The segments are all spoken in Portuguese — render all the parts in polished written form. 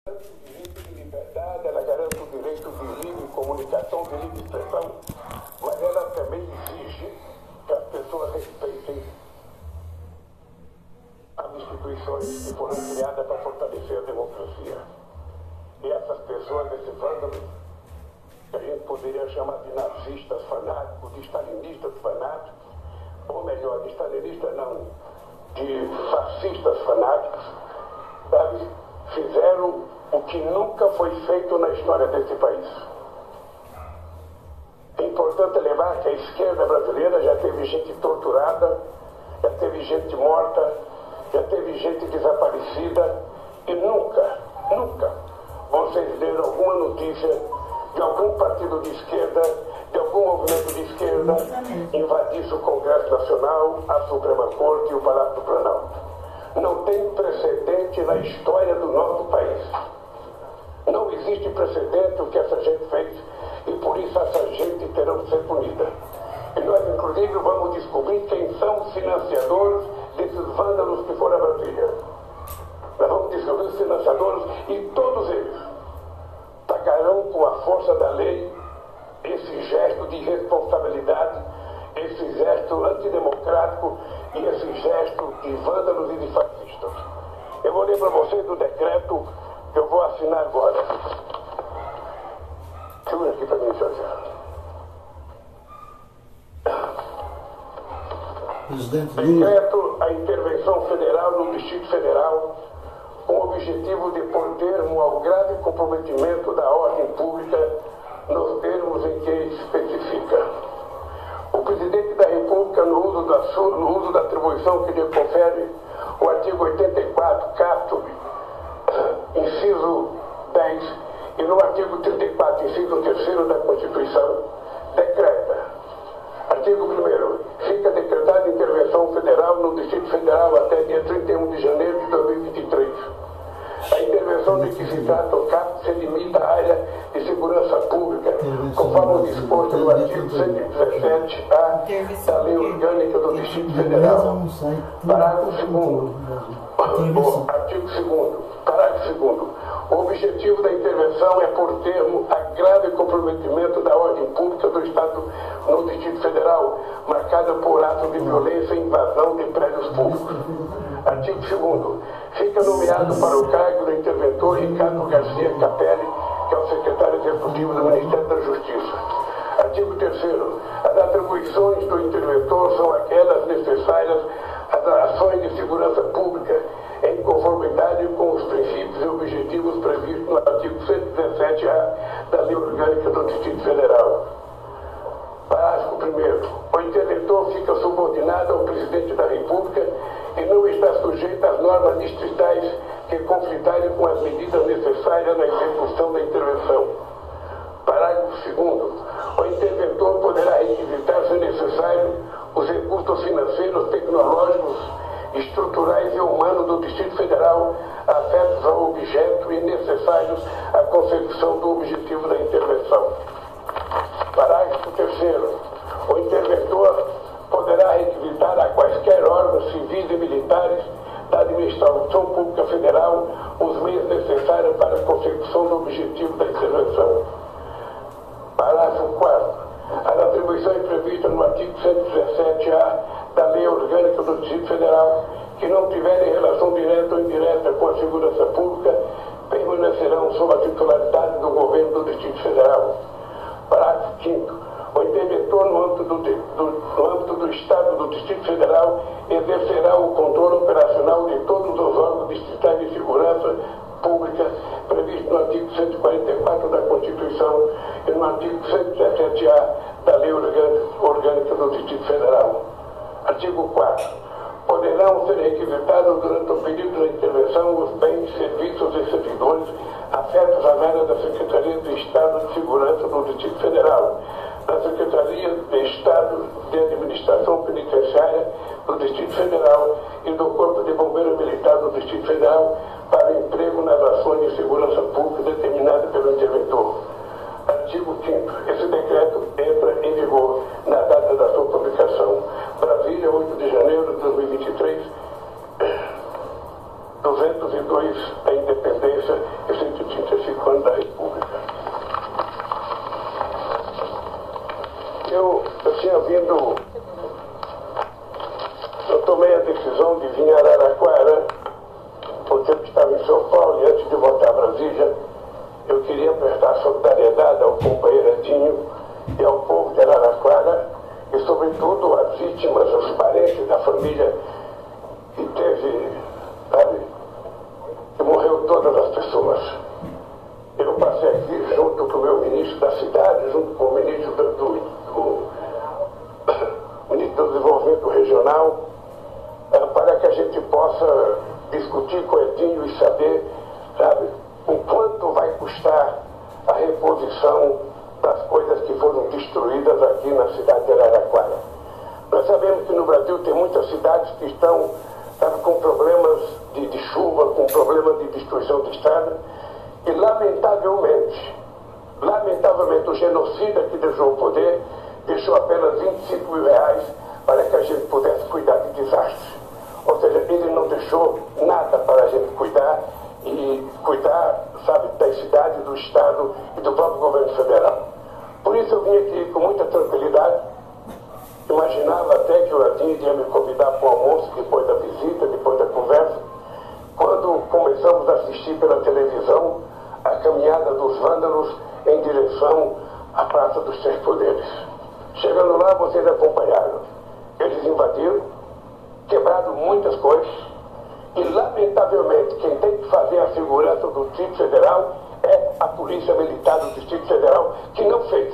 direito de liberdade, ela garante o direito de livre comunicação, de livre expressão, mas ela também exige que as pessoas respeitem as instituições que foram criadas para fortalecer a democracia. E essas pessoas, esses vândalos, que a gente poderia chamar de nazistas fanáticos, de stalinistas fanáticos, ou melhor, de stalinistas não, de fascistas fanáticos, sabe, fizeram o que nunca foi feito na história desse país. É importante lembrar que a esquerda brasileira já teve gente torturada, já teve gente morta, já teve gente desaparecida, e nunca vocês leram alguma notícia de algum partido de esquerda, de algum movimento de esquerda invadisse o Congresso Nacional, a Suprema Corte e o Palácio do Planalto. Não tem precedente na história do nosso país. Não existe precedente o que essa gente fez, e por isso essa gente terá que ser punida. E nós, inclusive, vamos descobrir quem são os financiadores desses vândalos que foram a Brasília. Nós vamos descobrir os financiadores, e todos eles pagarão com a força da lei esse gesto de irresponsabilidade, esse gesto antidemocrático e esse gesto de vândalos e de fascistas. Eu vou ler para vocês o decreto que eu vou assinar agora. Segura aqui para mim, Jorge. Decreto a intervenção federal no Distrito Federal com o objetivo de pôr termo ao grave comprometimento da ordem pública nos termos em que especifica. O Presidente da República, no uso da atribuição que lhe confere o artigo 84, caput, inciso 10, e no artigo 34, inciso 3º da Constituição, decreta. Artigo 1º. Fica decretada intervenção federal no Distrito Federal até dia 31 de janeiro de 2023. A intervenção de que se trata o caput se limita à área de segurança pública, conforme disposto no artigo 117-A da Lei Orgânica do Distrito Federal. Parágrafo 2º. Artigo 2º. Parágrafo 2º. O objetivo da intervenção é por termo a grave comprometimento da ordem pública do Estado no Distrito Federal, marcada por atos de violência e invasão de prédios públicos. Artigo 2º. Fica nomeado para o cargo do interventor Ricardo Garcia Capelli, que é o secretário executivo do Ministério da Justiça. Artigo 3º. As atribuições do interventor são aquelas necessárias às ações de segurança pública, em conformidade com os princípios e objetivos previstos no artigo 117-A da Lei Orgânica do Distrito Federal. Parágrafo 1º. O interventor fica subordinado ao Presidente da República e não está sujeito às normas distritais que conflitarem com as medidas necessárias na execução da intervenção. Parágrafo 2º. O interventor poderá requisitar, se necessário, os recursos financeiros, tecnológicos, estruturais e humanos do Distrito Federal afetos ao objeto e necessários à consecução do objetivo da intervenção. Parágrafo 3º. O interventor poderá requisitar a quaisquer órgãos civis e militares da Administração Pública Federal os meios necessários para a consecução do objetivo da intervenção. Parágrafo 4º. As atribuições previstas no artigo 117-A da Lei Orgânica do Distrito Federal, que não tiverem relação direta ou indireta com a segurança pública, permanecerão sob a titularidade do Governo do Distrito Federal. Parágrafo 5º. O interventor, no âmbito do Estado do Distrito Federal, exercerá o controle operacional de todos os órgãos distritais de segurança pública previsto no artigo 144 da Constituição e no artigo 117-A da Lei Orgânica do Distrito Federal. Artigo 4º. Poderão ser requisitados durante o período da intervenção os bens, serviços e servidores afetos à área da Secretaria de Estado de Segurança do Distrito Federal, da Secretaria de Estado de Administração Penitenciária do Distrito Federal e do Corpo de Bombeiros Militar do Distrito Federal para emprego nas ações de segurança pública determinadas pelo interventor. Artigo 5º. Esse decreto entra em vigor na data da sua publicação. Brasília, 8 de janeiro de 2023, 202, a independência, esse Brasília, eu queria prestar solidariedade ao companheiro Edinho e ao povo de Araraquara e, sobretudo, às vítimas, aos parentes da família que teve, sabe, que morreu todas as pessoas. Eu passei aqui junto com o meu ministro da cidade, junto com o ministro ministro do Desenvolvimento Regional, para que a gente possa discutir com o Edinho e saber, sabe, o quanto vai custar a reposição das coisas que foram destruídas aqui na cidade de Araraquara. Nós sabemos que no Brasil tem muitas cidades que estão, sabe, com problemas de chuva, com problemas de destruição de estrada, e lamentavelmente, o genocida que deixou o poder deixou apenas 25 mil reais para que a gente pudesse cuidar de desastres. Ou seja, ele não deixou nada para a gente cuidar e cuidar, sabe, da cidade, do Estado e do próprio governo federal. Por isso eu vim aqui com muita tranquilidade. Imaginava até que o Edinho ia me convidar para o almoço depois da visita, depois da conversa. Quando começamos a assistir pela televisão a caminhada dos vândalos em direção à Praça dos Três Poderes. Chegando lá, vocês acompanharam. Eles invadiram, quebraram muitas coisas e, lamentavelmente, quem tem que fazer a segurança do Distrito Federal é a Polícia Militar do Distrito Federal, que não fez.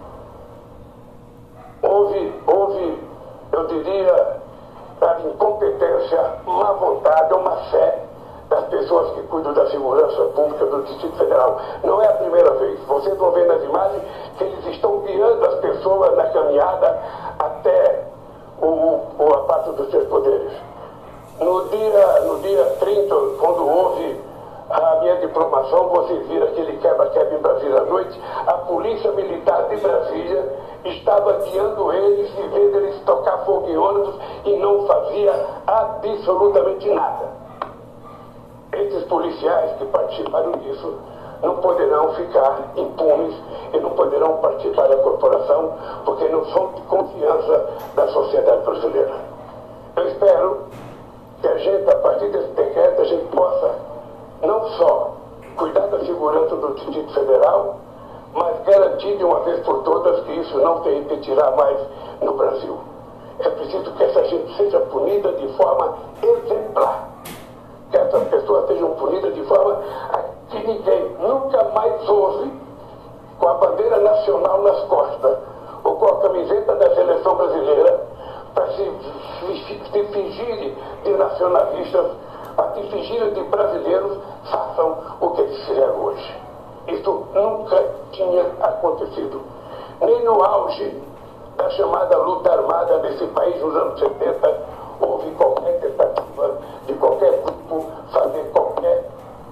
Houve, eu diria, a incompetência, má vontade, uma fé das pessoas que cuidam da segurança pública do Distrito Federal. Não é a primeira vez. Vocês vão ver nas imagens que eles estão guiando as pessoas na caminhada até a Praça dos Três Poderes. No dia 30, quando houve a minha diplomação, vocês viram aquele quebra-quebra em Brasília à noite, a Polícia Militar de Brasília estava guiando eles e vendo eles tocar fogo em ônibus e não fazia absolutamente nada. Esses policiais que participaram disso não poderão ficar impunes e não poderão participar da corporação porque não são de confiança da sociedade brasileira. Eu espero que a gente, a partir desse decreto, a gente possa não só cuidar da segurança do Distrito Federal, mas garantir de uma vez por todas que isso não se repetirá mais no Brasil. É preciso que essa gente seja punida de forma exemplar. Que essas pessoas sejam punidas de forma a que ninguém nunca mais ouse, com a bandeira nacional nas costas, ou com a camiseta da seleção brasileira, para se fingirem de nacionalistas, para se fingirem de brasileiros, façam o que eles fizeram hoje. Isso nunca tinha acontecido. Nem no auge da chamada luta armada nesse país nos anos 70, houve qualquer tentativa de qualquer grupo fazer qualquer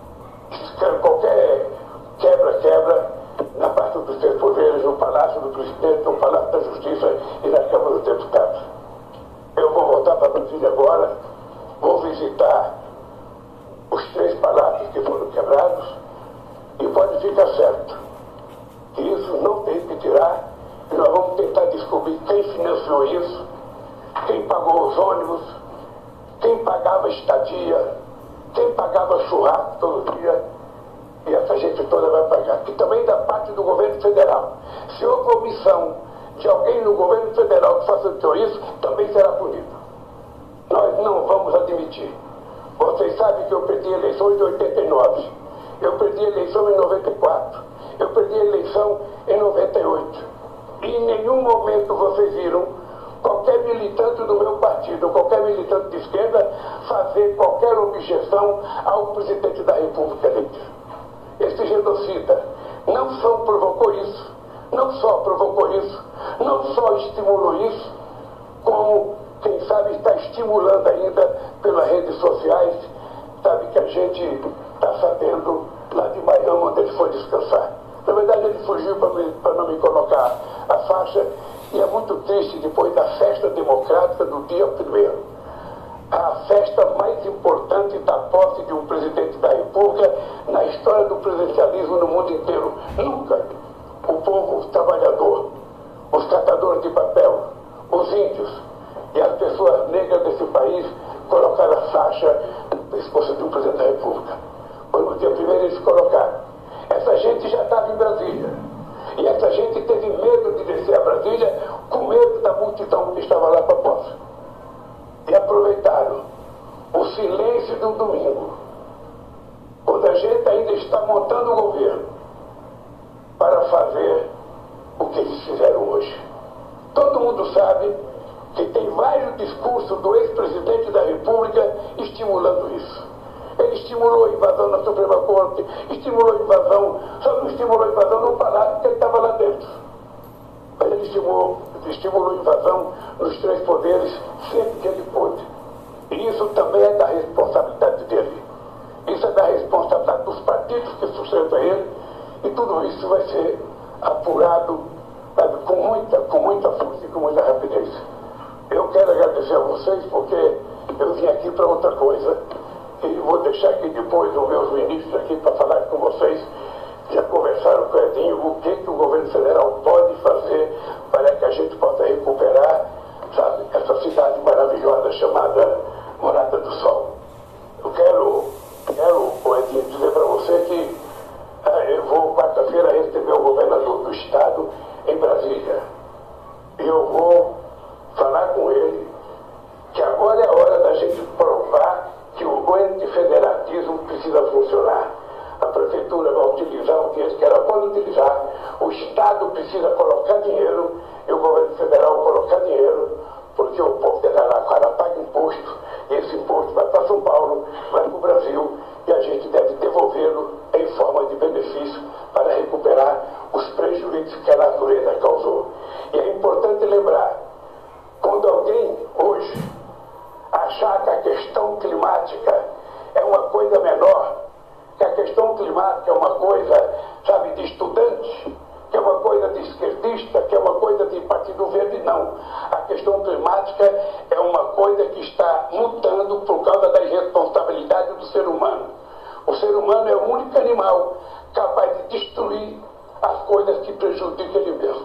quebra-quebra na parte dos três poderes, no Palácio do Presidente, no Palácio da Justiça e na Câmara dos Deputados. Eu vou voltar para Brasília agora, vou visitar os 3 palácios que foram quebrados e pode ficar certo que isso não se repetirá e nós vamos tentar descobrir quem financiou isso, quem pagou os ônibus, quem pagava a estadia, quem pagava churrasco todo dia, e essa gente toda vai pagar. E também da parte do governo federal. Se houve omissão de alguém no governo federal que facilitou isso, também será punido. Nós não vamos admitir. Vocês sabem que eu perdi eleições em 89, eu perdi eleição em 94, eu perdi eleição em 98. E em nenhum momento vocês viram qualquer militante do meu partido, qualquer militante de esquerda, fazer qualquer objeção ao presidente da República eleito. Esse genocida não só provocou isso, não só estimulou isso, como, quem sabe, está estimulando ainda pelas redes sociais, sabe, que a gente está sabendo lá de Miami, onde ele foi descansar. Na verdade, ele fugiu para não me colocar a faixa, e é muito triste, depois da festa democrática do dia 1º, a festa mais importante da posse de um presidente da República na história do presidencialismo no mundo inteiro. Nunca o povo trabalhador, os catadores de papel, os índios e as pessoas negras desse país colocaram a faixa no pescoço de um presidente da República. Foi no dia 1º eles colocaram. Muita gente teve medo de descer a Brasília, com medo da multidão que estava lá para a posse. E aproveitaram o silêncio do domingo, quando a gente ainda está montando o governo, para fazer o que eles fizeram hoje. Todo mundo sabe que tem vários discursos do ex-presidente da República estimulando isso. Ele estimulou a invasão na Suprema Corte, estimulou a invasão, só não estimulou a invasão no Palácio, porque ele estava lá dentro. Mas ele estimulou a invasão nos três poderes sempre que ele pôde. E isso também é da responsabilidade dele. Isso é da responsabilidade dos partidos que sustentam ele. E tudo isso vai ser apurado, sabe, com muita força e com muita rapidez. Eu quero agradecer a vocês porque eu vim aqui para outra coisa. E vou deixar aqui depois os meus ministros aqui para falar com vocês. Já conversaram com o Edinho o que o governo federal pode fazer para que a gente possa recuperar, sabe, essa cidade maravilhosa chamada Morada do Sol. Eu quero Edinho, dizer para você que eu vou quarta-feira receber o governador do estado em Brasília. E eu vou falar com ele que agora é a hora da gente provar que o antifederalismo precisa funcionar. A prefeitura vai utilizar o dinheiro que ela pode utilizar, o Estado precisa colocar dinheiro e o governo federal colocar dinheiro, porque o povo de Araraquara paga imposto, e esse imposto vai para São Paulo, vai para o Brasil, e a gente deve devolvê-lo em forma de benefício para recuperar os prejuízos que a natureza causou. E é importante lembrar, quando alguém hoje achar que a questão climática é uma coisa menor, que a questão climática é uma coisa, sabe, de estudante, que é uma coisa de esquerdista, que é uma coisa de Partido Verde, não. A questão climática é uma coisa que está mudando por causa da irresponsabilidade do ser humano. O ser humano é o único animal capaz de destruir as coisas que prejudicam ele mesmo.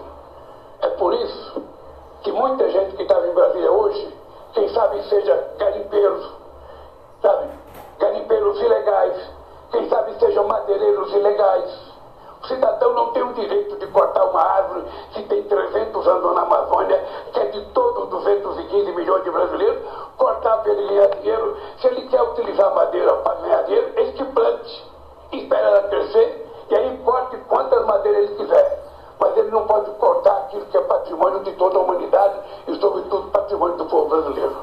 É por isso que muita gente que estava em Brasília hoje, quem sabe seja garimpeiros, sabe, garimpeiros ilegais, quem sabe sejam madeireiros ilegais. O cidadão não tem o direito de cortar uma árvore que tem 300 anos na Amazônia, que é de todos 215 milhões de brasileiros, cortar para ele ganhar dinheiro. Se ele quer utilizar madeira para ganhar dinheiro, ele que plante, espera ela crescer, e aí corte quantas madeiras ele quiser. Mas ele não pode cortar aquilo que é patrimônio de toda a humanidade e, sobretudo, patrimônio do povo brasileiro.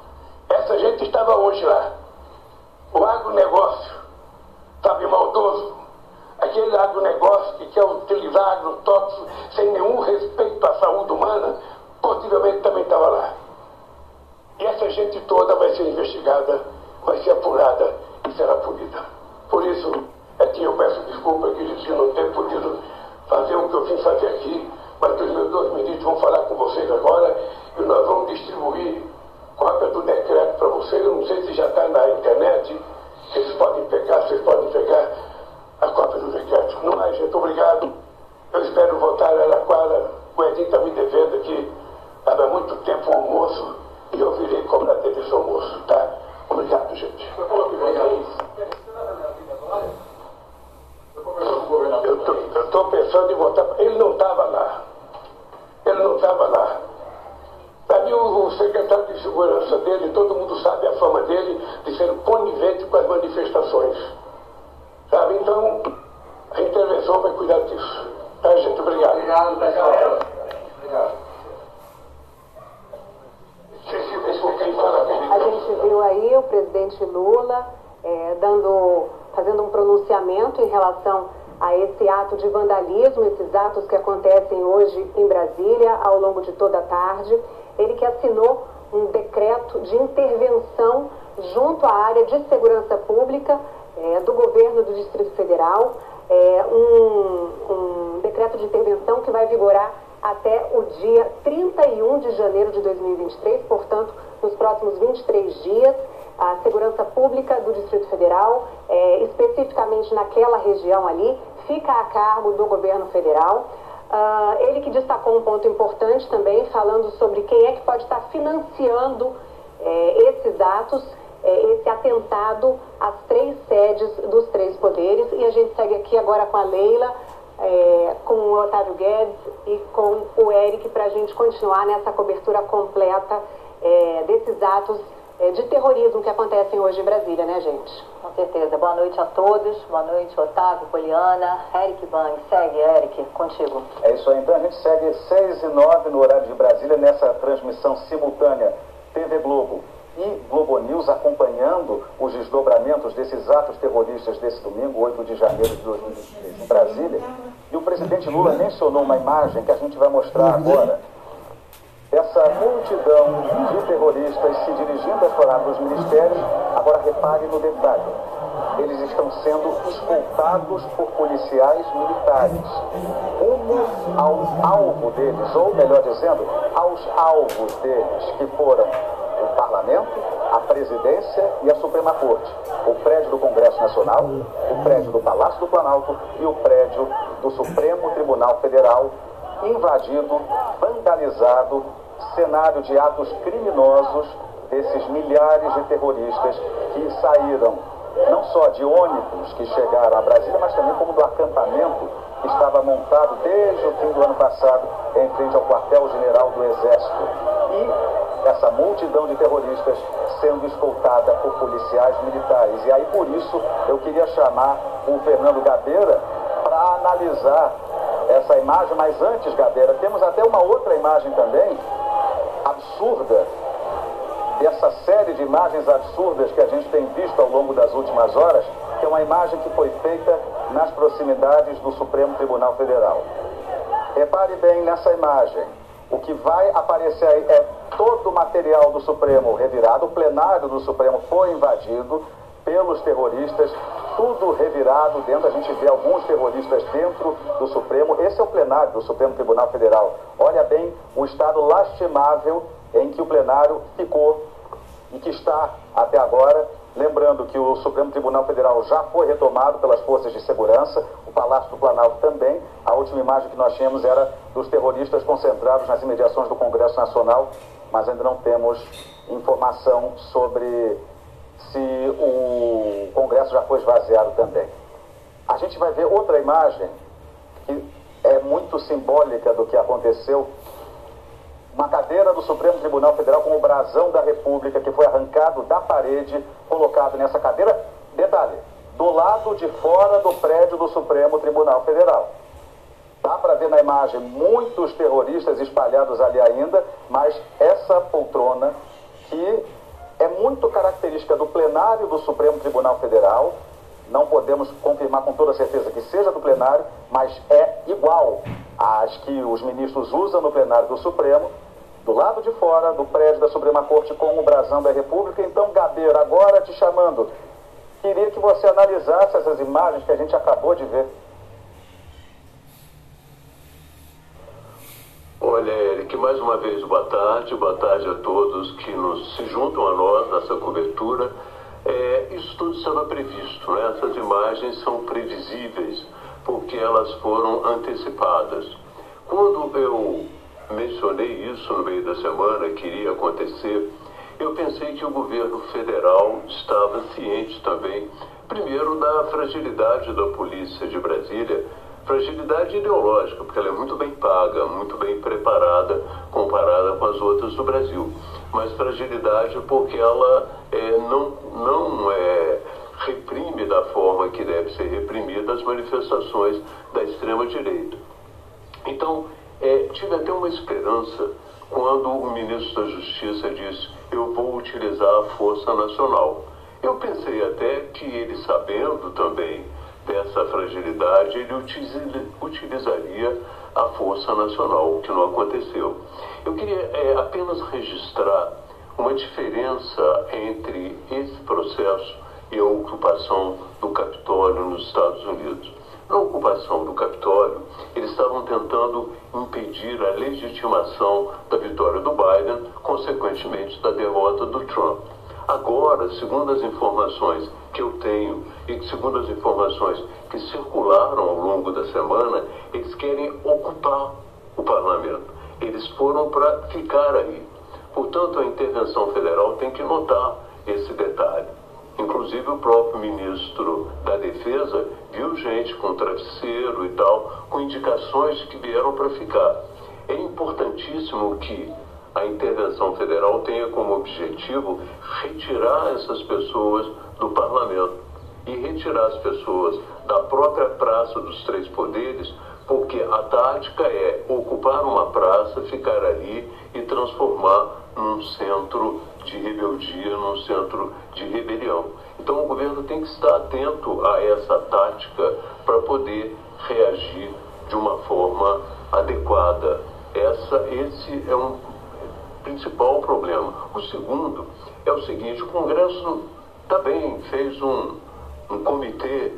Essa gente estava hoje lá. O agronegócio, sabe, maldoso, aquele agronegócio que quer utilizar agrotóxicos sem nenhum respeito à saúde humana, possivelmente também estava lá. E essa gente toda vai ser investigada, vai ser apurada e será punida. Por isso, eu peço desculpa, queridos, de não ter podido fazer o que eu vim fazer aqui, mas os meus dois ministros vão falar com vocês agora e nós vamos distribuir cópia do decreto para vocês. Eu não sei se já está na internet, vocês podem pegar a cópia do decreto. Não mais, gente, obrigado. Eu espero voltar a Araraquara. O Edinho está me devendo aqui há muito tempo o almoço e eu virei cobrar dele esse almoço, tá? Obrigado, gente. Eu estou pensando em voltar. Ele não estava lá. Sabe, o secretário de segurança dele, todo mundo sabe a fama dele de ser conivente com as manifestações. Sabe, então a intervenção vai cuidar disso. Tá, gente? Obrigado. Obrigado. A gente viu aí o presidente Lula fazendo um pronunciamento em relação a esse ato de vandalismo, esses atos que acontecem hoje em Brasília ao longo de toda a tarde. Ele que assinou um decreto de intervenção junto à área de segurança pública do governo do Distrito Federal, um decreto de intervenção que vai vigorar até o dia 31 de janeiro de 2023, portanto, nos próximos 23 dias. A segurança pública do Distrito Federal, especificamente naquela região ali, fica a cargo do governo federal. Ele que destacou um ponto importante também, falando sobre quem é que pode estar financiando esses atos, esse atentado às três sedes dos três poderes. E a gente segue aqui agora com a Leila. com o Otávio Guedes e com o Eric, para a gente continuar nessa cobertura completa desses atos de terrorismo que acontecem hoje em Brasília, né, gente? Com certeza. Boa noite a todos. Boa noite, Otávio, Poliana, Eric Bang. Segue, Eric, contigo. É isso aí. Então a gente segue 6 e 9 no horário de Brasília, nessa transmissão simultânea TV Globo e Globo News, acompanhando os desdobramentos desses atos terroristas desse domingo, 8 de janeiro de 2023, em Brasília. E o presidente Lula mencionou uma imagem que a gente vai mostrar agora. Essa multidão de terroristas se dirigindo à esplanada dos ministérios. Agora repare no detalhe. Eles estão sendo escoltados por policiais militares, rumo ao alvo deles, ou melhor dizendo, aos alvos deles, que foram o Parlamento, a Presidência e a Suprema Corte. O prédio do Congresso Nacional, o prédio do Palácio do Planalto e o prédio do Supremo Tribunal Federal, invadido, vandalizado, cenário de atos criminosos desses milhares de terroristas que saíram não só de ônibus que chegaram a Brasília, mas também como do acampamento que estava montado desde o fim do ano passado em frente ao quartel-general do Exército. E essa multidão de terroristas sendo escoltada por policiais militares. E aí, por isso, eu queria chamar o Fernando Gabeira para analisar essa imagem. Mas antes, Gabeira, temos até uma outra imagem também absurda, dessa série de imagens absurdas que a gente tem visto ao longo das últimas horas, que é uma imagem que foi feita nas proximidades do Supremo Tribunal Federal. Repare bem nessa imagem. O que vai aparecer aí é todo o material do Supremo revirado. O plenário do Supremo foi invadido pelos terroristas, tudo revirado dentro. A gente vê alguns terroristas dentro do Supremo. Esse é o plenário do Supremo Tribunal Federal. Olha bem o estado lastimável em que o plenário ficou e que está até agora. Lembrando que o Supremo Tribunal Federal já foi retomado pelas forças de segurança, o Palácio do Planalto também. A última imagem que nós tínhamos era dos terroristas concentrados nas imediações do Congresso Nacional, mas ainda não temos informação sobre se o Congresso já foi esvaziado também. A gente vai ver outra imagem que é muito simbólica do que aconteceu. Uma cadeira do Supremo Tribunal Federal com o brasão da República, que foi arrancado da parede, colocado nessa cadeira. Detalhe, do lado de fora do prédio do Supremo Tribunal Federal. Dá para ver na imagem muitos terroristas espalhados ali ainda, mas essa poltrona, que é muito característica do plenário do Supremo Tribunal Federal, não podemos confirmar com toda certeza que seja do plenário, mas é igual às que os ministros usam no plenário do Supremo, do lado de fora do prédio da Suprema Corte com o brasão da República. Então, Gabeira, agora te chamando, queria que você analisasse essas imagens que a gente acabou de ver. Olha, Eric, mais uma vez boa tarde a todos que se juntam a nós nessa cobertura. Isso tudo estava previsto, né? Essas imagens são previsíveis porque elas foram antecipadas. Quando eu mencionei isso no meio da semana, que iria acontecer, eu pensei que o governo federal estava ciente também, primeiro, da fragilidade da polícia de Brasília, fragilidade ideológica, porque ela é muito bem paga, muito bem preparada comparada com as outras do Brasil, mas fragilidade porque ela não reprime da forma que deve ser reprimida as manifestações da extrema-direita. Então, tive até uma esperança quando o ministro da Justiça disse: eu vou utilizar a Força Nacional. Eu pensei até que ele, sabendo também dessa fragilidade, ele utilizaria a Força Nacional, o que não aconteceu. Eu queria apenas registrar uma diferença entre esse processo e a ocupação do Capitólio nos Estados Unidos. Na ocupação do Capitólio, eles estavam tentando impedir a legitimação da vitória do Biden, consequentemente da derrota do Trump. Agora, segundo as informações que eu tenho e segundo as informações que circularam ao longo da semana, eles querem ocupar o parlamento. Eles foram para ficar aí. Portanto, a intervenção federal tem que notar esse detalhe. Inclusive o próprio ministro da Defesa viu gente com travesseiro e tal, com indicações que vieram para ficar. É importantíssimo que a intervenção federal tenha como objetivo retirar essas pessoas do parlamento e retirar as pessoas da própria Praça dos Três Poderes, porque a tática é ocupar uma praça, ficar ali e transformar num centro de rebeldia, num centro de rebelião. Então o governo tem que estar atento a essa tática para poder reagir de uma forma adequada. Esse é um principal problema. O segundo é o seguinte: o Congresso também fez um comitê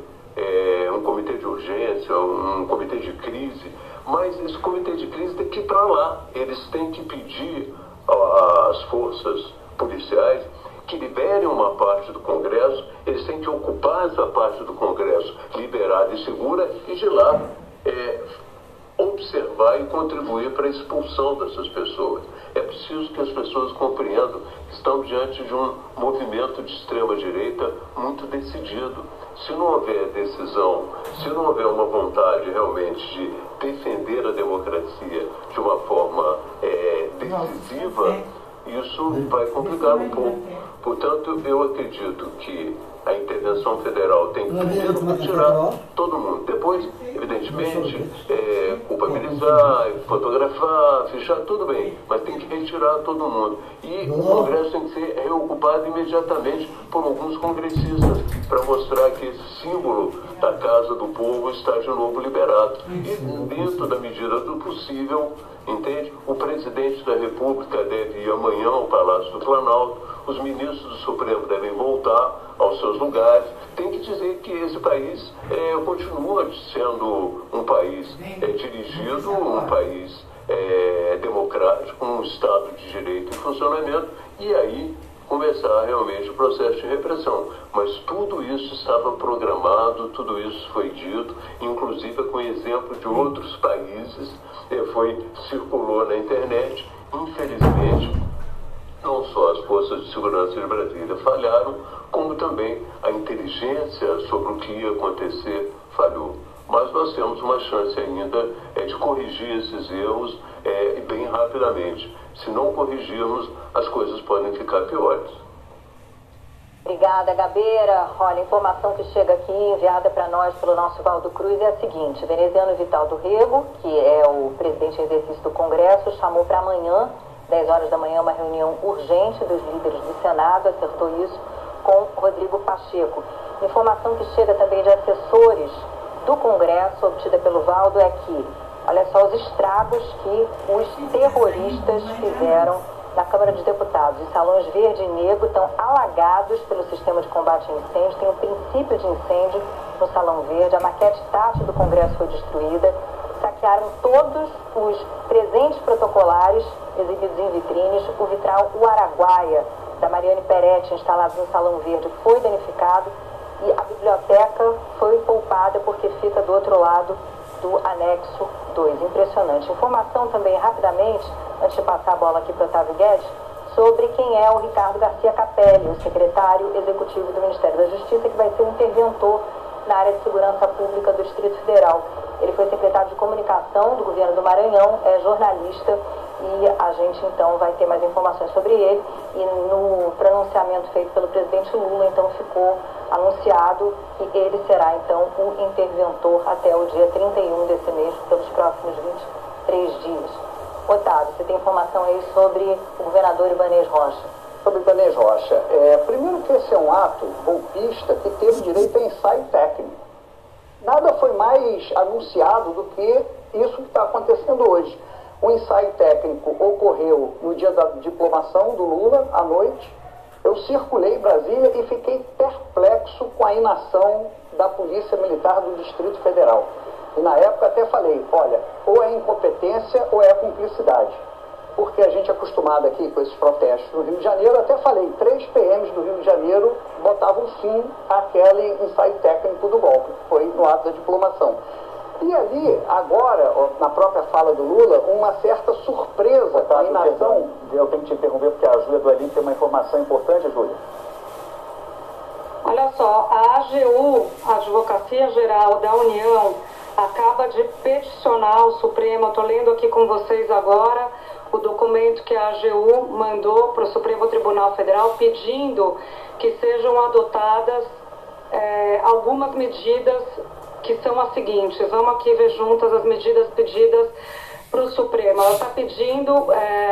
de urgência, um comitê de crise, mas esse comitê de crise tem que ir para lá. Eles têm que pedir às forças policiais que liberem uma parte do Congresso, eles têm que ocupar essa parte do Congresso liberada e segura e de lá observar e contribuir para a expulsão dessas pessoas. É preciso que as pessoas compreendam que estamos diante de um movimento de extrema-direita muito decidido. Se não houver decisão, se não houver uma vontade realmente de defender a democracia de uma forma decisiva, isso vai complicar um pouco. Portanto, eu acredito que a intervenção federal tem que primeiro tirar todo mundo. Depois, evidentemente, culpabilizar, fotografar, fichar, tudo bem, mas tem que retirar todo mundo. E o Congresso tem que ser reocupado imediatamente por alguns congressistas para mostrar que esse símbolo da Casa do Povo está de novo liberado. E dentro da medida do possível, entende? O presidente da República deve ir amanhã ao Palácio do Planalto, os ministros do Supremo devem voltar aos seus lugares. Tem que dizer que esse país continua sendo um país dirigido, um país democrático, um Estado de Direito em funcionamento, e aí começar realmente o processo de repressão. Mas tudo isso estava programado, tudo isso foi dito, inclusive com exemplo de outros países, circulou na internet. Infelizmente, não só as forças de segurança de Brasília falharam, como também a inteligência sobre o que ia acontecer falhou. Mas nós temos uma chance ainda de corrigir esses erros e bem rapidamente. Se não corrigirmos, as coisas podem ficar piores. Obrigada, Gabeira. Olha, a informação que chega aqui, enviada para nós pelo nosso Valdo Cruz, é a seguinte: Veneziano Vital do Rego, que é o presidente em exercício do Congresso, chamou para amanhã, 10 horas da manhã, uma reunião urgente dos líderes do Senado, acertou isso com Rodrigo Pacheco. Informação que chega também de assessores do Congresso, obtida pelo Valdo, é que, olha só, os estragos que os terroristas fizeram na Câmara dos Deputados. Os salões verde e negro estão alagados pelo sistema de combate a incêndio, tem um princípio de incêndio no Salão Verde, a maquete tátil do Congresso foi destruída, saquearam todos os presentes protocolares exibidos em vitrines, o vitral O Araguaia, da Mariane Peretti, instalado no Salão Verde, foi danificado e a biblioteca foi poupada porque fica do outro lado do anexo 2. Impressionante. Informação também, rapidamente, antes de passar a bola aqui para o Otávio Guedes, sobre quem é o Ricardo Garcia Capelli, o secretário executivo do Ministério da Justiça, que vai ser um interventor na área de segurança pública do Distrito Federal. Ele foi secretário de comunicação do governo do Maranhão, é jornalista, e a gente então vai ter mais informações sobre ele. E no pronunciamento feito pelo presidente Lula, então ficou anunciado que ele será então o interventor até o dia 31 desse mês, pelos próximos 23 dias. Otávio, você tem informação aí sobre o governador Ibanez Rocha? Sobre Ibanez Rocha, primeiro que esse é um ato golpista que teve direito a ensaio técnico. Nada foi mais anunciado do que isso que está acontecendo hoje. O ensaio técnico ocorreu no dia da diplomação do Lula, à noite. Eu circulei em Brasília e fiquei perplexo com a inação da Polícia Militar do Distrito Federal. E na época até falei, olha, ou é incompetência ou é cumplicidade. Porque a gente é acostumado aqui com esses protestos no Rio de Janeiro, até falei, 3 PMs do Rio de Janeiro botavam fim àquele ensaio técnico do golpe, que foi no ato da diplomação. E ali, agora, na própria fala do Lula, uma certa surpresa com a inação... Eu tenho que te interromper porque a Júlia do Elim tem uma informação importante, Júlia. Olha só, a AGU, a Advocacia Geral da União, acaba de peticionar o Supremo. Eu estou lendo aqui com vocês agora o documento que a AGU mandou para o Supremo Tribunal Federal pedindo que sejam adotadas algumas medidas que são as seguintes. Vamos aqui ver juntas as medidas pedidas para o Supremo. Ela está pedindo,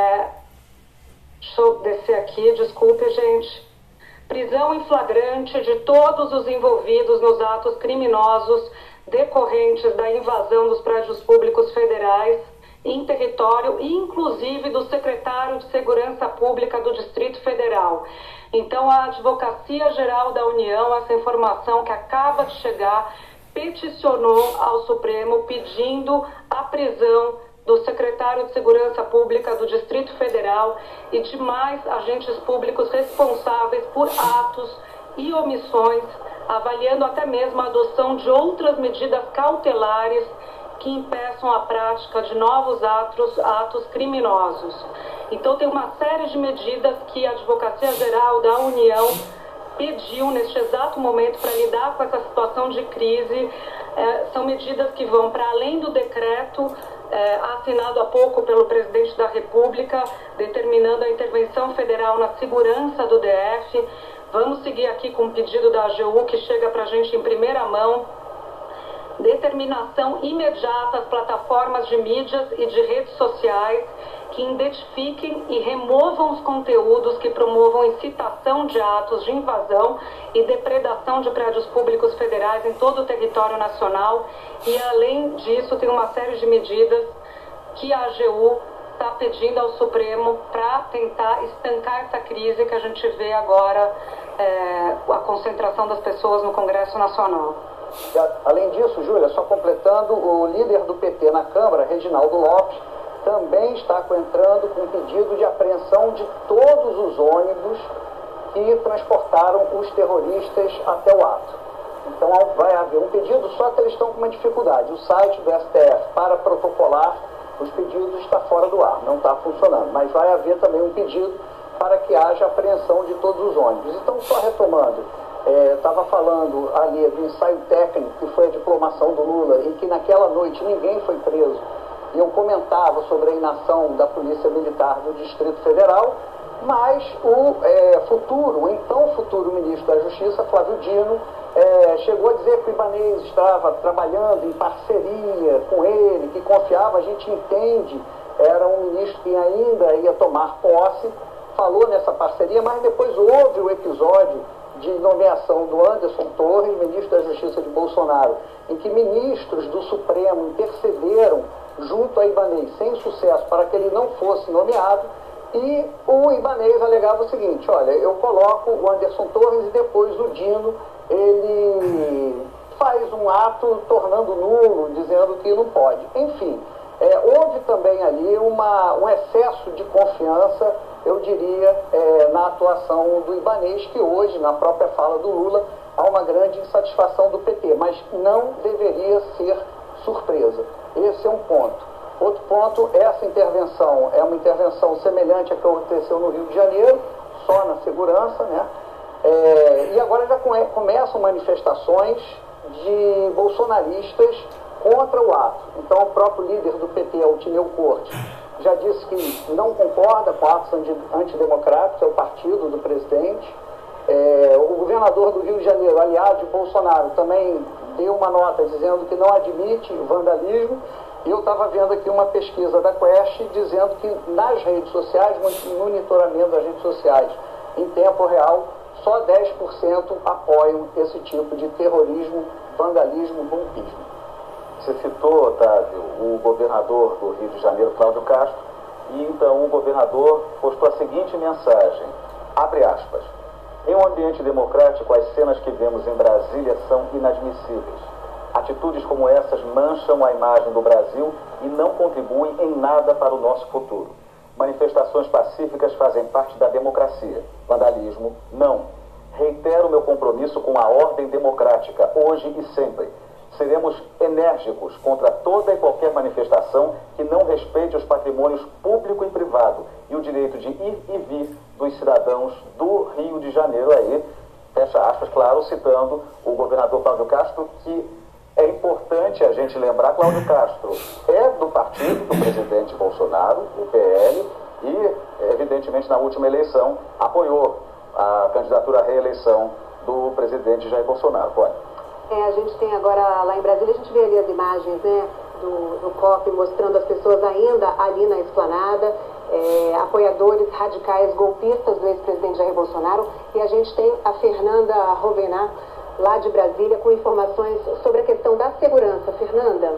deixa eu descer aqui, desculpe, gente, prisão em flagrante de todos os envolvidos nos atos criminosos decorrentes da invasão dos prédios públicos federais em território, inclusive do secretário de Segurança Pública do Distrito Federal. Então, a Advocacia Geral da União, essa informação que acaba de chegar, peticionou ao Supremo pedindo a prisão do secretário de Segurança Pública do Distrito Federal e demais agentes públicos responsáveis por atos e omissões, avaliando até mesmo a adoção de outras medidas cautelares que impeçam a prática de novos atos criminosos. Então, tem uma série de medidas que a Advocacia Geral da União pediu neste exato momento para lidar com essa situação de crise. São medidas que vão para além do decreto assinado há pouco pelo presidente da República, determinando a intervenção federal na segurança do DF. Vamos seguir aqui com o pedido da AGU, que chega para a gente em primeira mão. Determinação imediata às plataformas de mídias e de redes sociais que identifiquem e removam os conteúdos que promovam incitação de atos de invasão e depredação de prédios públicos federais em todo o território nacional. E, além disso, tem uma série de medidas que a AGU está pedindo ao Supremo para tentar estancar essa crise que a gente vê agora, a concentração das pessoas no Congresso Nacional. Além disso, Júlia, só completando, o líder do PT na Câmara, Reginaldo Lopes, também está entrando com pedido de apreensão de todos os ônibus que transportaram os terroristas até o ato. Então vai haver um pedido, só que eles estão com uma dificuldade. O site do STF para protocolar os pedidos está fora do ar, não está funcionando. Mas vai haver também um pedido para que haja apreensão de todos os ônibus. Então, só retomando, estava falando ali do ensaio técnico, que foi a diplomação do Lula, e que naquela noite ninguém foi preso. E eu comentava sobre a inação da Polícia Militar do Distrito Federal, mas o então futuro ministro da Justiça, Flávio Dino, chegou a dizer que o Ibanez estava trabalhando em parceria com ele, que confiava, a gente entende, era um ministro que ainda ia tomar posse, falou nessa parceria, mas depois houve o episódio de nomeação do Anderson Torres, ministro da Justiça de Bolsonaro, em que ministros do Supremo intercederam junto a Ibanez, sem sucesso, para que ele não fosse nomeado, e o Ibanez alegava o seguinte: olha, eu coloco o Anderson Torres e depois o Dino, ele faz um ato tornando nulo, dizendo que não pode. Enfim, houve também ali um excesso de confiança, eu diria, na atuação do Ibanez, que hoje, na própria fala do Lula, há uma grande insatisfação do PT, mas não deveria ser surpresa. Esse é um ponto. Outro ponto, essa intervenção é uma intervenção semelhante à que aconteceu no Rio de Janeiro, só na segurança, né? E agora já começam manifestações de bolsonaristas contra o ato. Então, o próprio líder do PT, Altineu Cortes, já disse que não concorda com atos antidemocráticos, é o partido do presidente. O governador do Rio de Janeiro, aliado de Bolsonaro, também deu uma nota dizendo que não admite vandalismo. E eu estava vendo aqui uma pesquisa da Quest dizendo que nas redes sociais, no monitoramento das redes sociais, em tempo real, só 10% apoiam esse tipo de terrorismo, vandalismo, golpismo. Você citou, Otávio, o governador do Rio de Janeiro, Cláudio Castro, e então o governador postou a seguinte mensagem, abre aspas: em um ambiente democrático, as cenas que vemos em Brasília são inadmissíveis. Atitudes como essas mancham a imagem do Brasil e não contribuem em nada para o nosso futuro. Manifestações pacíficas fazem parte da democracia. Vandalismo, não. Reitero meu compromisso com a ordem democrática, hoje e sempre. Seremos enérgicos contra toda e qualquer manifestação que não respeite os patrimônios público e privado e o direito de ir e vir dos cidadãos do Rio de Janeiro aí, Fecha aspas, claro, citando o governador Cláudio Castro, que é importante a gente lembrar, Cláudio Castro é do partido do presidente Bolsonaro, o PL, e, evidentemente, na última eleição, apoiou a candidatura à reeleição do presidente Jair Bolsonaro. Pode. A gente tem agora, lá em Brasília, a gente vê ali as imagens, né, do COP mostrando as pessoas ainda ali na esplanada, apoiadores radicais golpistas do ex-presidente Jair Bolsonaro, e a gente tem a Fernanda Rovená, lá de Brasília, com informações sobre a questão da segurança. Fernanda?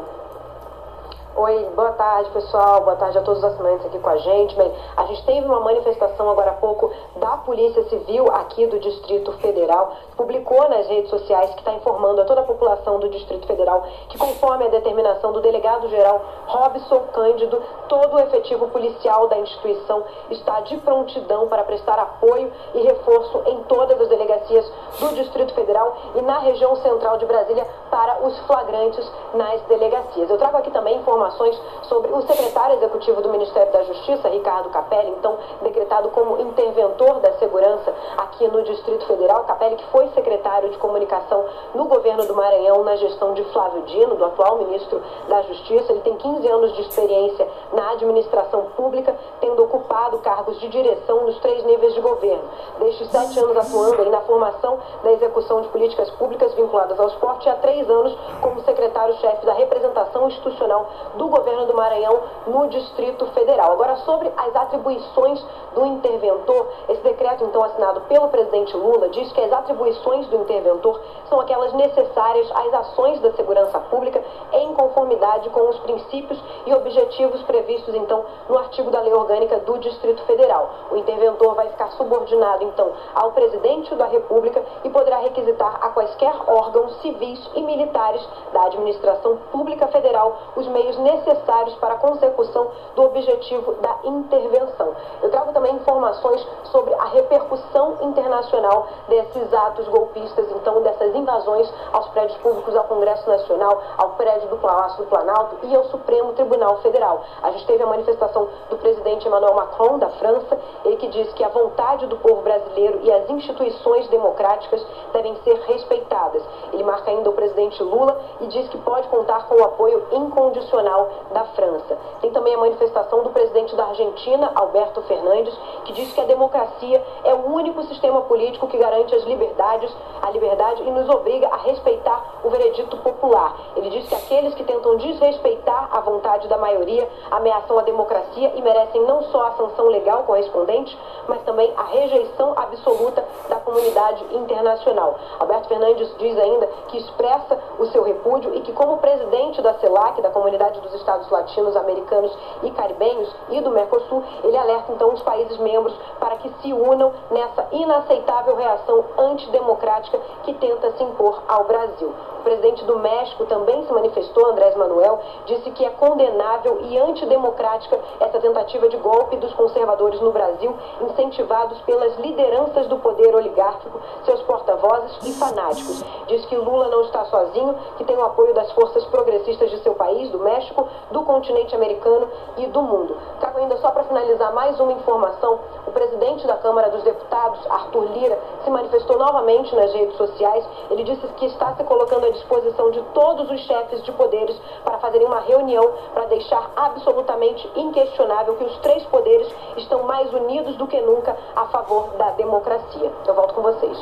Oi, boa tarde, pessoal. Boa tarde a todos os assinantes aqui com a gente. Bem, a gente teve uma manifestação agora há pouco da Polícia Civil aqui do Distrito Federal. Publicou nas redes sociais que está informando a toda a população do Distrito Federal que, conforme a determinação do delegado-geral Robson Cândido, todo o efetivo policial da instituição está de prontidão para prestar apoio e reforço em todas as delegacias do Distrito Federal e na região central de Brasília para os flagrantes nas delegacias. Eu trago aqui também informações sobre o secretário executivo do Ministério da Justiça, Ricardo Capelli, então decretado como interventor da segurança aqui no Distrito Federal. Capelli, que foi secretário de comunicação no governo do Maranhão na gestão de Flávio Dino, do atual ministro da Justiça. Ele tem 15 anos de experiência na administração pública, tendo ocupado cargos de direção nos 3 níveis de governo. Destes 7 anos atuando aí na formação da execução de políticas públicas vinculadas ao esporte e há 3 anos como secretário-chefe da representação institucional do governo do Maranhão no Distrito Federal. Agora, sobre as atribuições do interventor, esse decreto, então, assinado pelo presidente Lula, diz que as atribuições do interventor são aquelas necessárias às ações da segurança pública em conformidade com os princípios e objetivos previstos, então, no artigo da Lei Orgânica do Distrito Federal. O interventor vai ficar subordinado, então, ao presidente da República e poderá requisitar a quaisquer órgãos civis e militares da administração pública federal os meios necessários para a consecução do objetivo da intervenção. Eu trago também informações sobre a repercussão internacional desses atos golpistas, então, dessas invasões aos prédios públicos, ao Congresso Nacional, ao prédio do Palácio do Planalto e ao Supremo Tribunal Federal. A gente teve a manifestação do presidente Emmanuel Macron, da França, ele que diz que a vontade do povo brasileiro e as instituições democráticas devem ser respeitadas. Ele marca ainda o presidente Lula e diz que pode contar com o apoio incondicional da França. Tem também a manifestação do presidente da Argentina, Alberto Fernandes, que diz que a democracia é o único sistema político que garante a liberdade e nos obriga a respeitar o veredito popular. Ele diz que aqueles que tentam desrespeitar a vontade da maioria ameaçam a democracia e merecem não só a sanção legal correspondente, mas também a rejeição absoluta da comunidade internacional. Alberto Fernandes diz ainda que expressa o seu repúdio e que, como presidente da CELAC, da Comunidade dos Estados Latinos, Americanos e Caribenhos e do Mercosul, ele alerta então os países membros para que se unam nessa inaceitável reação antidemocrática que tenta se impor ao Brasil. O presidente do México também se manifestou, Andrés Manuel, disse que é condenável e antidemocrática essa tentativa de golpe dos conservadores no Brasil, incentivados pelas lideranças do poder oligárquico, seus porta-vozes e fanáticos. Diz que Lula não está sozinho, que tem o apoio das forças progressistas de seu país, do México, do continente americano e do mundo. Trago ainda, só para finalizar, mais uma informação. O presidente da Câmara dos Deputados, Arthur Lira, se manifestou novamente nas redes sociais. Ele disse que está se colocando à disposição de todos os chefes de poderes para fazerem uma reunião para deixar absolutamente inquestionável que os 3 poderes estão mais unidos do que nunca a favor da democracia. Eu volto com vocês.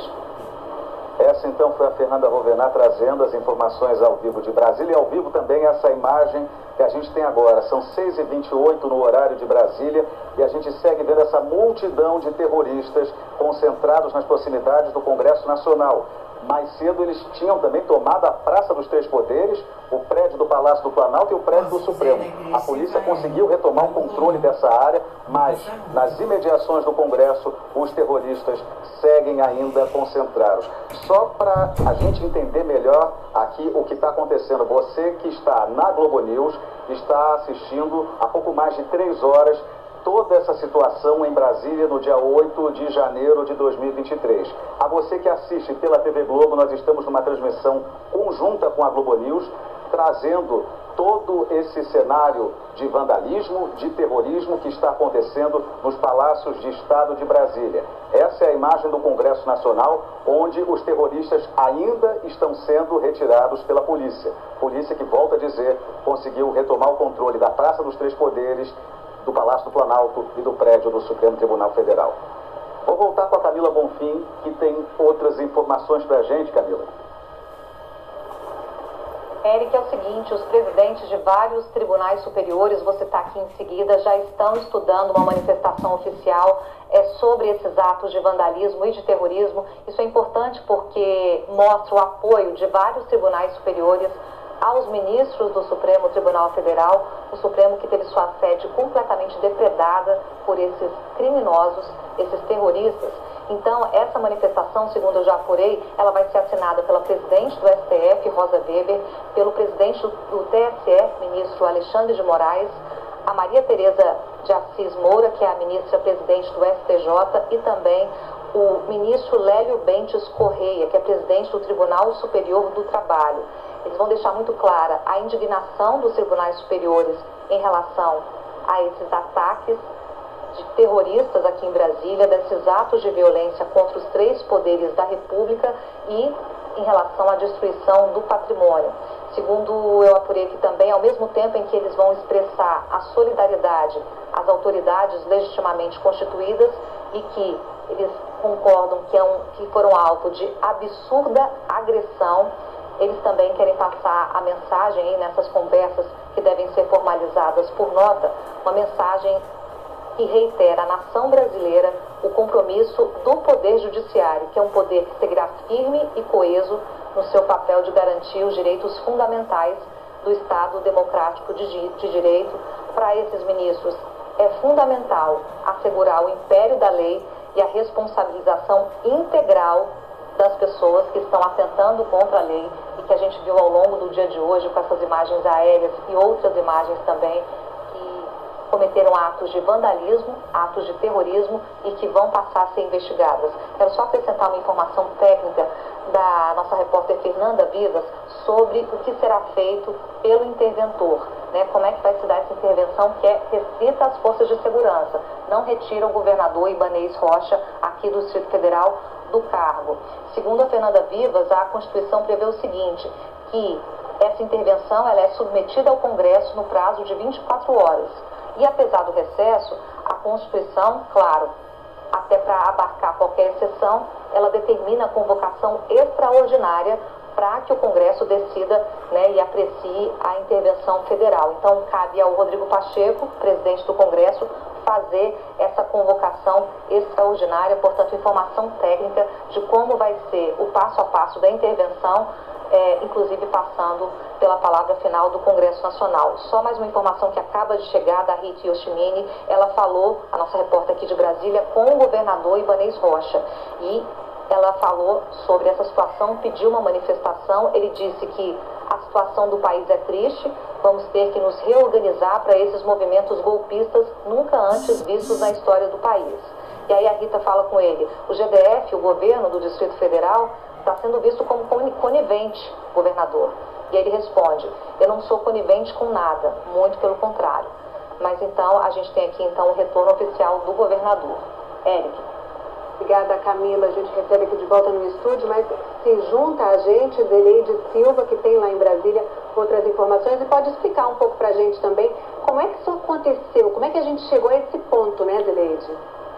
Essa então foi a Fernanda Rovená trazendo as informações ao vivo de Brasília e ao vivo também essa imagem que a gente tem agora. São 6h28 no horário de Brasília e a gente segue vendo essa multidão de terroristas concentrados nas proximidades do Congresso Nacional. Mais cedo eles tinham também tomado a Praça dos Três Poderes, o prédio do Palácio do Planalto e o prédio do Supremo. A polícia conseguiu retomar o controle dessa área, mas nas imediações do Congresso os terroristas seguem ainda concentrados. Só para a gente entender melhor aqui o que está acontecendo, você que está na Globo News está assistindo há pouco mais de 3 horas toda essa situação em Brasília no dia 8 de janeiro de 2023. A você que assiste pela TV Globo, nós estamos numa transmissão conjunta com a Globo News, trazendo todo esse cenário de vandalismo, de terrorismo que está acontecendo nos palácios de Estado de Brasília. Essa é a imagem do Congresso Nacional, onde os terroristas ainda estão sendo retirados pela polícia. Polícia que, volta a dizer, conseguiu retomar o controle da Praça dos Três Poderes, do Palácio do Planalto e do prédio do Supremo Tribunal Federal. Vou voltar com a Camila Bonfim, que tem outras informações para a gente, Camila. Eric, é o seguinte, os presidentes de vários tribunais superiores, vou citar aqui em seguida, já estão estudando uma manifestação oficial sobre esses atos de vandalismo e de terrorismo. Isso é importante porque mostra o apoio de vários tribunais superiores aos ministros do Supremo Tribunal Federal, o Supremo que teve sua sede completamente depredada por esses criminosos, esses terroristas. Então, essa manifestação, segundo eu já apurei, ela vai ser assinada pela presidente do STF, Rosa Weber, pelo presidente do TSE, ministro Alexandre de Moraes, a Maria Tereza de Assis Moura, que é a ministra-presidente do STJ, e também o ministro Lélio Bentes Correia, que é presidente do Tribunal Superior do Trabalho. Eles vão deixar muito clara a indignação dos tribunais superiores em relação a esses ataques de terroristas aqui em Brasília, desses atos de violência contra os três poderes da República e em relação à destruição do patrimônio. Segundo eu apurei aqui também, ao mesmo tempo em que eles vão expressar a solidariedade às autoridades legitimamente constituídas e que eles concordam que foram alvo de absurda agressão, eles também querem passar a mensagem aí nessas conversas que devem ser formalizadas por nota, uma mensagem que reitera à nação brasileira o compromisso do Poder Judiciário, que é um poder que seguirá firme e coeso no seu papel de garantir os direitos fundamentais do Estado democrático de direito. Para esses ministros, é fundamental assegurar o império da lei e a responsabilização integral das pessoas que estão atentando contra a lei e que a gente viu ao longo do dia de hoje com essas imagens aéreas e outras imagens também que cometeram atos de vandalismo, atos de terrorismo e que vão passar a ser investigadas. Quero só acrescentar uma informação técnica da nossa repórter Fernanda Vivas sobre o que será feito pelo interventor, né? Como é que vai se dar essa intervenção que é restrita às forças de segurança. Não retira o governador Ibanez Rocha aqui do Distrito Federal do cargo. Segundo a Fernanda Vivas, a Constituição prevê o seguinte, que essa intervenção ela é submetida ao Congresso no prazo de 24 horas. E apesar do recesso, a Constituição, claro, até para abarcar qualquer exceção, ela determina a convocação extraordinária para que o Congresso decida, né, e aprecie a intervenção federal. Então, cabe ao Rodrigo Pacheco, presidente do Congresso, fazer essa convocação extraordinária, portanto, informação técnica de como vai ser o passo a passo da intervenção, inclusive passando pela palavra final do Congresso Nacional. Só mais uma informação que acaba de chegar da Rita Yoshimine, ela falou, a nossa repórter aqui de Brasília, com o governador Ibanez Rocha, e ela falou sobre essa situação, pediu uma manifestação, ele disse que a situação do país é triste, vamos ter que nos reorganizar para esses movimentos golpistas nunca antes vistos na história do país. E aí a Rita fala com ele, o GDF, o governo do Distrito Federal, está sendo visto como conivente, governador. E ele responde, eu não sou conivente com nada, muito pelo contrário. Mas então, a gente tem aqui então o retorno oficial do governador. Eric. Obrigada, Camila. A gente recebe aqui de volta no estúdio, mas se junta a gente, Zeleide Silva, que tem lá em Brasília outras informações, e pode explicar um pouco para a gente também como é que isso aconteceu, como é que a gente chegou a esse ponto, né, Zeleide?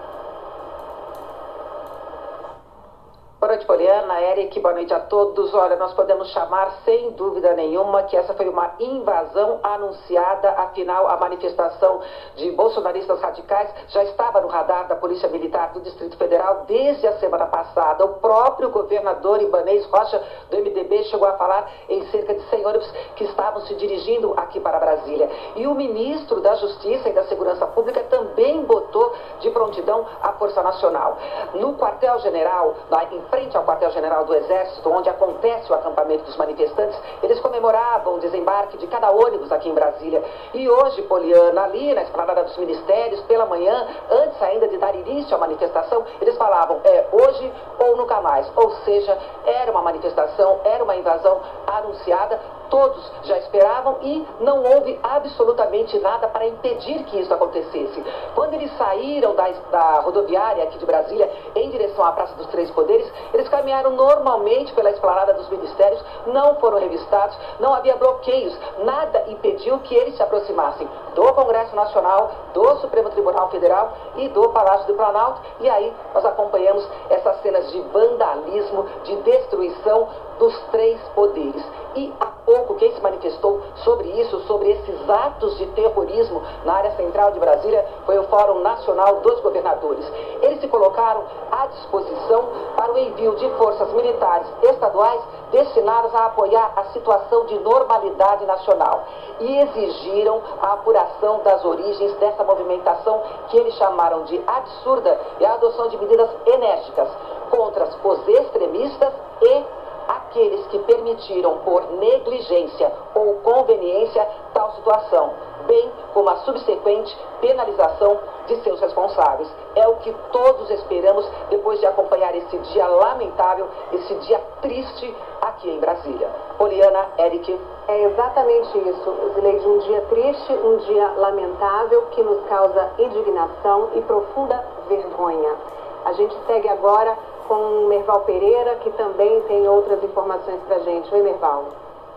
Boa noite, Poliana, Eric, boa noite a todos. Olha, nós podemos chamar sem dúvida nenhuma que essa foi uma invasão anunciada, afinal a manifestação de bolsonaristas radicais já estava no radar da Polícia Militar do Distrito Federal desde a semana passada. O próprio governador Ibanez Rocha do MDB chegou a falar em cerca de 100 ônibus que estavam se dirigindo aqui para Brasília. E o ministro da Justiça e da Segurança Pública também botou de prontidão a Força Nacional. No quartel-general, em frente ao quartel-general do Exército, onde acontece o acampamento dos manifestantes, eles comemoravam o desembarque de cada ônibus aqui em Brasília. E hoje, Poliana, ali na esplanada dos ministérios, pela manhã, antes ainda de dar início à manifestação, eles falavam, hoje ou nunca mais. Ou seja, era uma manifestação, era uma invasão anunciada todos já esperavam e não houve absolutamente nada para impedir que isso acontecesse. Quando eles saíram da rodoviária aqui de Brasília em direção à Praça dos Três Poderes, eles caminharam normalmente pela esplanada dos ministérios, não foram revistados, não havia bloqueios, nada impediu que eles se aproximassem do Congresso Nacional, do Supremo Tribunal Federal e do Palácio do Planalto, e aí nós acompanhamos essas cenas de vandalismo, de destruição dos três poderes. E há pouco quem se manifestou sobre isso, sobre esses atos de terrorismo na área central de Brasília, foi o Fórum Nacional dos Governadores. Eles se colocaram à disposição para o envio de forças militares estaduais destinadas a apoiar a situação de normalidade nacional e exigiram a apuração das origens dessa movimentação que eles chamaram de absurda e a adoção de medidas enérgicas contra os extremistas e aqueles que permitiram por negligência ou conveniência tal situação, bem como a subsequente penalização de seus responsáveis. É o que todos esperamos depois de acompanhar esse dia lamentável, esse dia triste aqui em Brasília. Poliana, Eric. É exatamente isso, Zileide, um dia triste, um dia lamentável que nos causa indignação e profunda vergonha. A gente segue agora com o Merval Pereira, que também tem outras informações para a gente. Oi, Merval.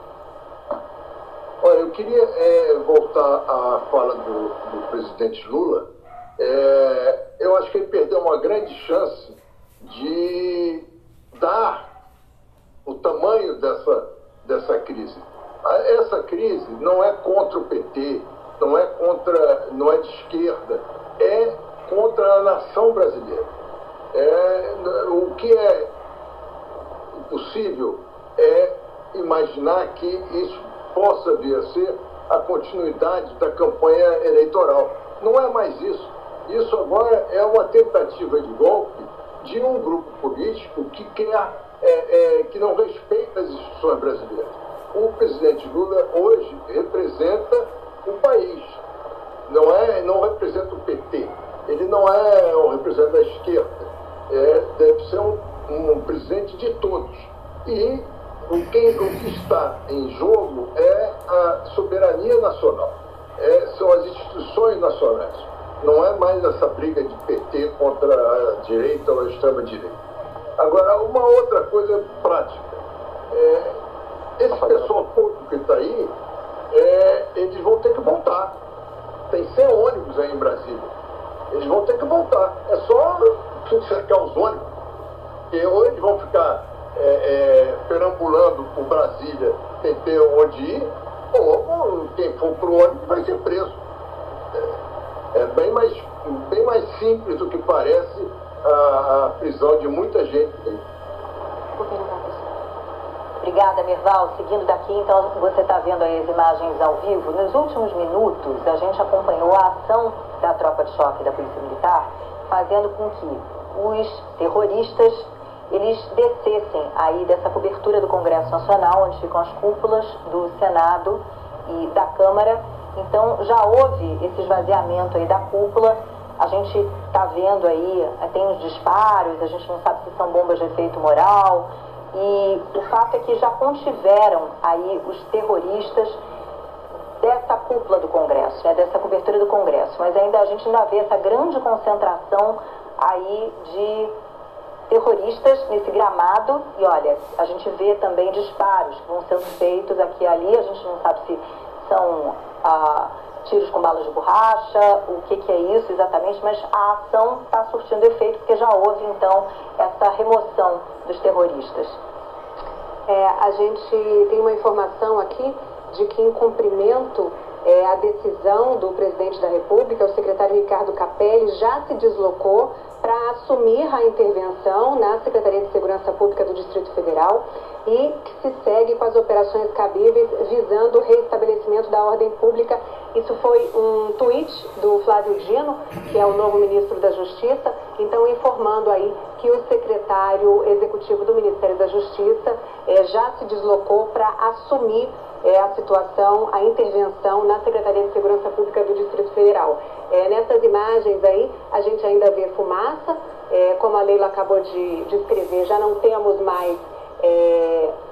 Olha, eu queria voltar à fala do presidente Lula. Eu acho que ele perdeu uma grande chance de dar o tamanho dessa crise. Essa crise não é contra o PT, não é de esquerda, é contra a nação brasileira. O que é impossível é imaginar que isso possa vir a ser a continuidade da campanha eleitoral. Não é mais isso. Isso agora é uma tentativa de golpe de um grupo político que que não respeita as instituições brasileiras. O presidente Lula hoje representa o país, não representa o PT. Ele não é um representante da esquerda. Deve ser um presidente de todos. E o que está em jogo é a soberania nacional, são as instituições nacionais. Não é mais essa briga de PT contra a direita ou a extrema-direita. Agora, uma outra coisa prática. Esse pessoal todo que está aí, eles vão ter que voltar. Tem 100 ônibus aí em Brasília. Eles vão ter que voltar. É só cercar os ônibus. Porque ou eles vão ficar perambulando por Brasília sem ter onde ir, ou quem for pro ônibus vai ser preso. É bem mais simples do que parece a prisão de muita gente aí. Obrigada, Merval. Seguindo daqui, então, você está vendo aí as imagens ao vivo. Nos últimos minutos, a gente acompanhou a ação da tropa de choque da Polícia Militar, fazendo com que os terroristas eles descessem aí dessa cobertura do Congresso Nacional, onde ficam as cúpulas do Senado e da Câmara. Então, já houve esse esvaziamento aí da cúpula. A gente está vendo aí, tem os disparos, a gente não sabe se são bombas de efeito moral. E o fato é que já contiveram aí os terroristas dessa cúpula do Congresso, dessa cobertura do Congresso. Mas a gente ainda vê essa grande concentração aí de terroristas nesse gramado. E olha, a gente vê também disparos que vão sendo feitos aqui e ali. A gente não sabe se são tiros com balas de borracha, o que é isso exatamente, mas a ação está surtindo efeito, porque já houve, então, essa remoção dos terroristas. A gente tem uma informação aqui de que, em cumprimento à decisão do presidente da República, o secretário Ricardo Capelli já se deslocou para assumir a intervenção na Secretaria de Segurança Pública do Distrito Federal e que se segue com as operações cabíveis visando o reestabelecimento da ordem pública. Isso foi um tweet do Flávio Dino, que é o novo ministro da Justiça, então informando aí que o secretário executivo do Ministério da Justiça já se deslocou para assumir a situação, a intervenção na Secretaria de Segurança Pública do Distrito Federal. Nessas imagens aí, a gente ainda vê fumaça, como a Leila acabou de descrever, já não temos mais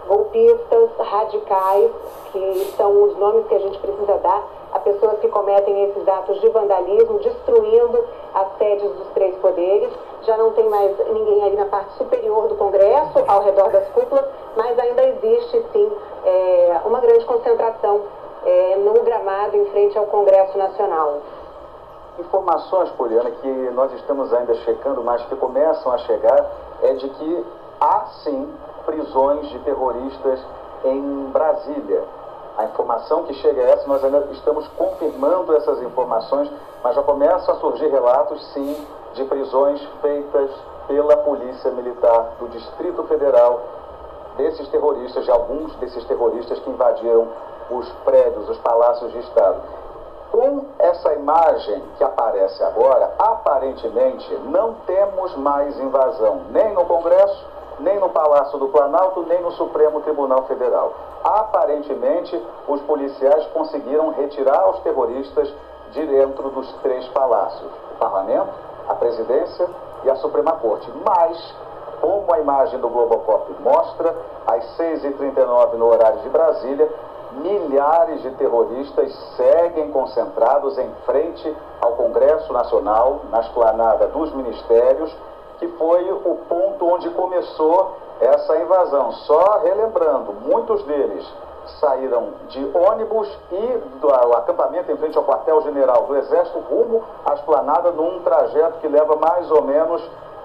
golpistas, radicais, que são os nomes que a gente precisa dar a pessoas que cometem esses atos de vandalismo, destruindo as sedes dos 3 poderes. Já não tem mais ninguém ali na parte superior do Congresso, ao redor das cúpulas, mas ainda existe, sim, uma grande concentração no gramado em frente ao Congresso Nacional. Informações, Poliana, que nós estamos ainda checando, mas que começam a chegar, é de que há, sim, prisões de terroristas em Brasília. A informação que chega é essa, nós ainda estamos confirmando essas informações, mas já começam a surgir relatos, sim, de prisões feitas pela Polícia Militar do Distrito Federal, desses terroristas, de alguns desses terroristas que invadiram os prédios, os palácios de Estado. Com essa imagem que aparece agora, aparentemente não temos mais invasão, nem no Congresso, nem no Palácio do Planalto, nem no Supremo Tribunal Federal. Aparentemente, os policiais conseguiram retirar os terroristas de dentro dos 3 palácios: o Parlamento, a Presidência e a Suprema Corte. Mas, como a imagem do Globocop mostra, às 6h39 no horário de Brasília, milhares de terroristas seguem concentrados em frente ao Congresso Nacional, na esplanada dos ministérios, que foi o ponto onde começou essa invasão. Só relembrando, muitos deles saíram de ônibus e do acampamento em frente ao quartel-general do Exército rumo à esplanada, num trajeto que leva mais ou menos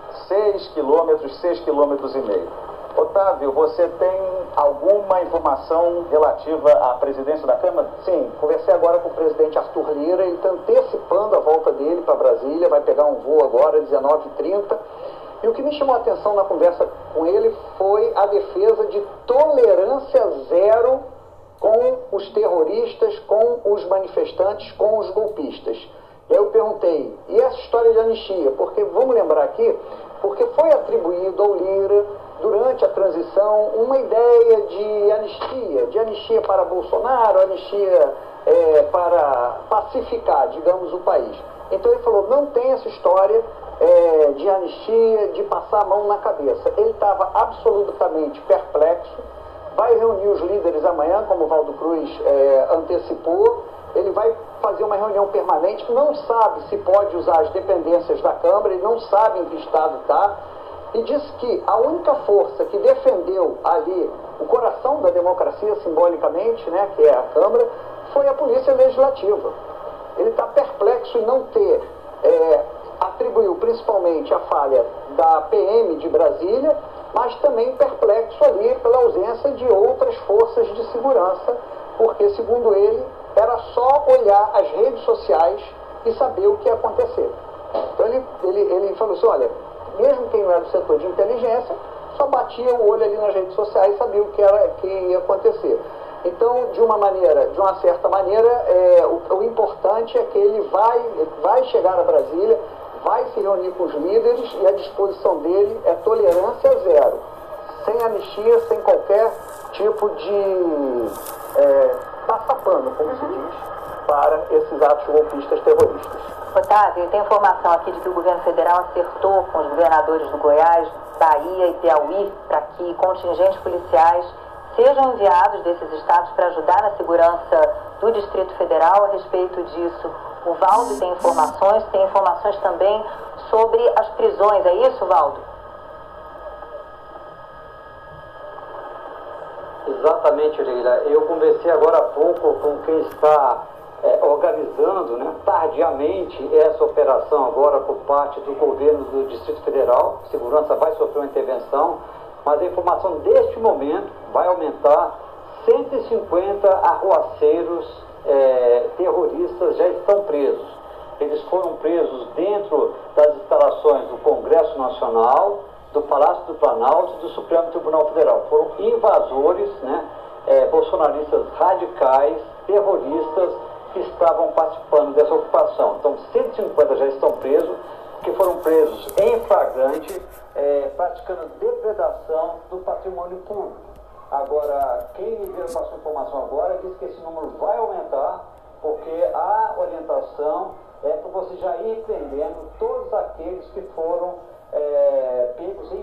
6 quilômetros, 6,5 quilômetros. Otávio, você tem alguma informação relativa à presidência da Câmara? Sim, conversei agora com o presidente Arthur Lira, ele está antecipando a volta dele para Brasília, vai pegar um voo agora às 19h30. E o que me chamou a atenção na conversa com ele foi a defesa de tolerância zero com os terroristas, com os manifestantes, com os golpistas. E aí eu perguntei, e essa história de anistia? Porque, vamos lembrar aqui, porque foi atribuído ao Lira, durante a transição, uma ideia de anistia para Bolsonaro, anistia para pacificar, digamos, o país. Então ele falou, não tem essa história de anistia, de passar a mão na cabeça. Ele estava absolutamente perplexo, vai reunir os líderes amanhã, como o Valdo Cruz antecipou, ele vai fazer uma reunião permanente, não sabe se pode usar as dependências da Câmara, ele não sabe em que estado está, e disse que a única força que defendeu ali o coração da democracia, simbolicamente, né, que é a Câmara, foi a Polícia Legislativa. Ele está perplexo em não ter, atribuiu principalmente a falha da PM de Brasília, mas também perplexo ali pela ausência de outras forças de segurança, porque, segundo ele, era só olhar as redes sociais e saber o que ia acontecer. Então ele falou assim, olha, mesmo quem não era do setor de inteligência, só batia o olho ali nas redes sociais e sabia que ia acontecer. Então, de uma certa maneira, o importante é que ele vai chegar a Brasília, vai se reunir com os líderes e a disposição dele é tolerância zero, sem anistia, sem qualquer tipo de passapano, como se diz, para esses atos golpistas terroristas. Otávio, tem informação aqui de que o governo federal acertou com os governadores do Goiás, Bahia e Piauí para que contingentes policiais sejam enviados desses estados para ajudar na segurança do Distrito Federal. A respeito disso, o Valdo tem informações também sobre as prisões. É isso, Valdo? Exatamente, Leila. Eu conversei agora há pouco com quem está organizando, né, tardiamente essa operação agora por parte do governo do Distrito Federal. A segurança vai sofrer uma intervenção, mas a informação deste momento vai aumentar. 150 arruaceiros terroristas já estão presos. Eles foram presos dentro das instalações do Congresso Nacional, do Palácio do Planalto e do Supremo Tribunal Federal. Foram invasores, né, bolsonaristas radicais, terroristas, que estavam participando dessa ocupação. Então, 150 já estão presos, que foram presos em flagrante, praticando depredação do patrimônio público. Agora, quem me veio com essa informação agora diz que esse número vai aumentar, porque a orientação é para você já ir prendendo todos aqueles que foram pegos em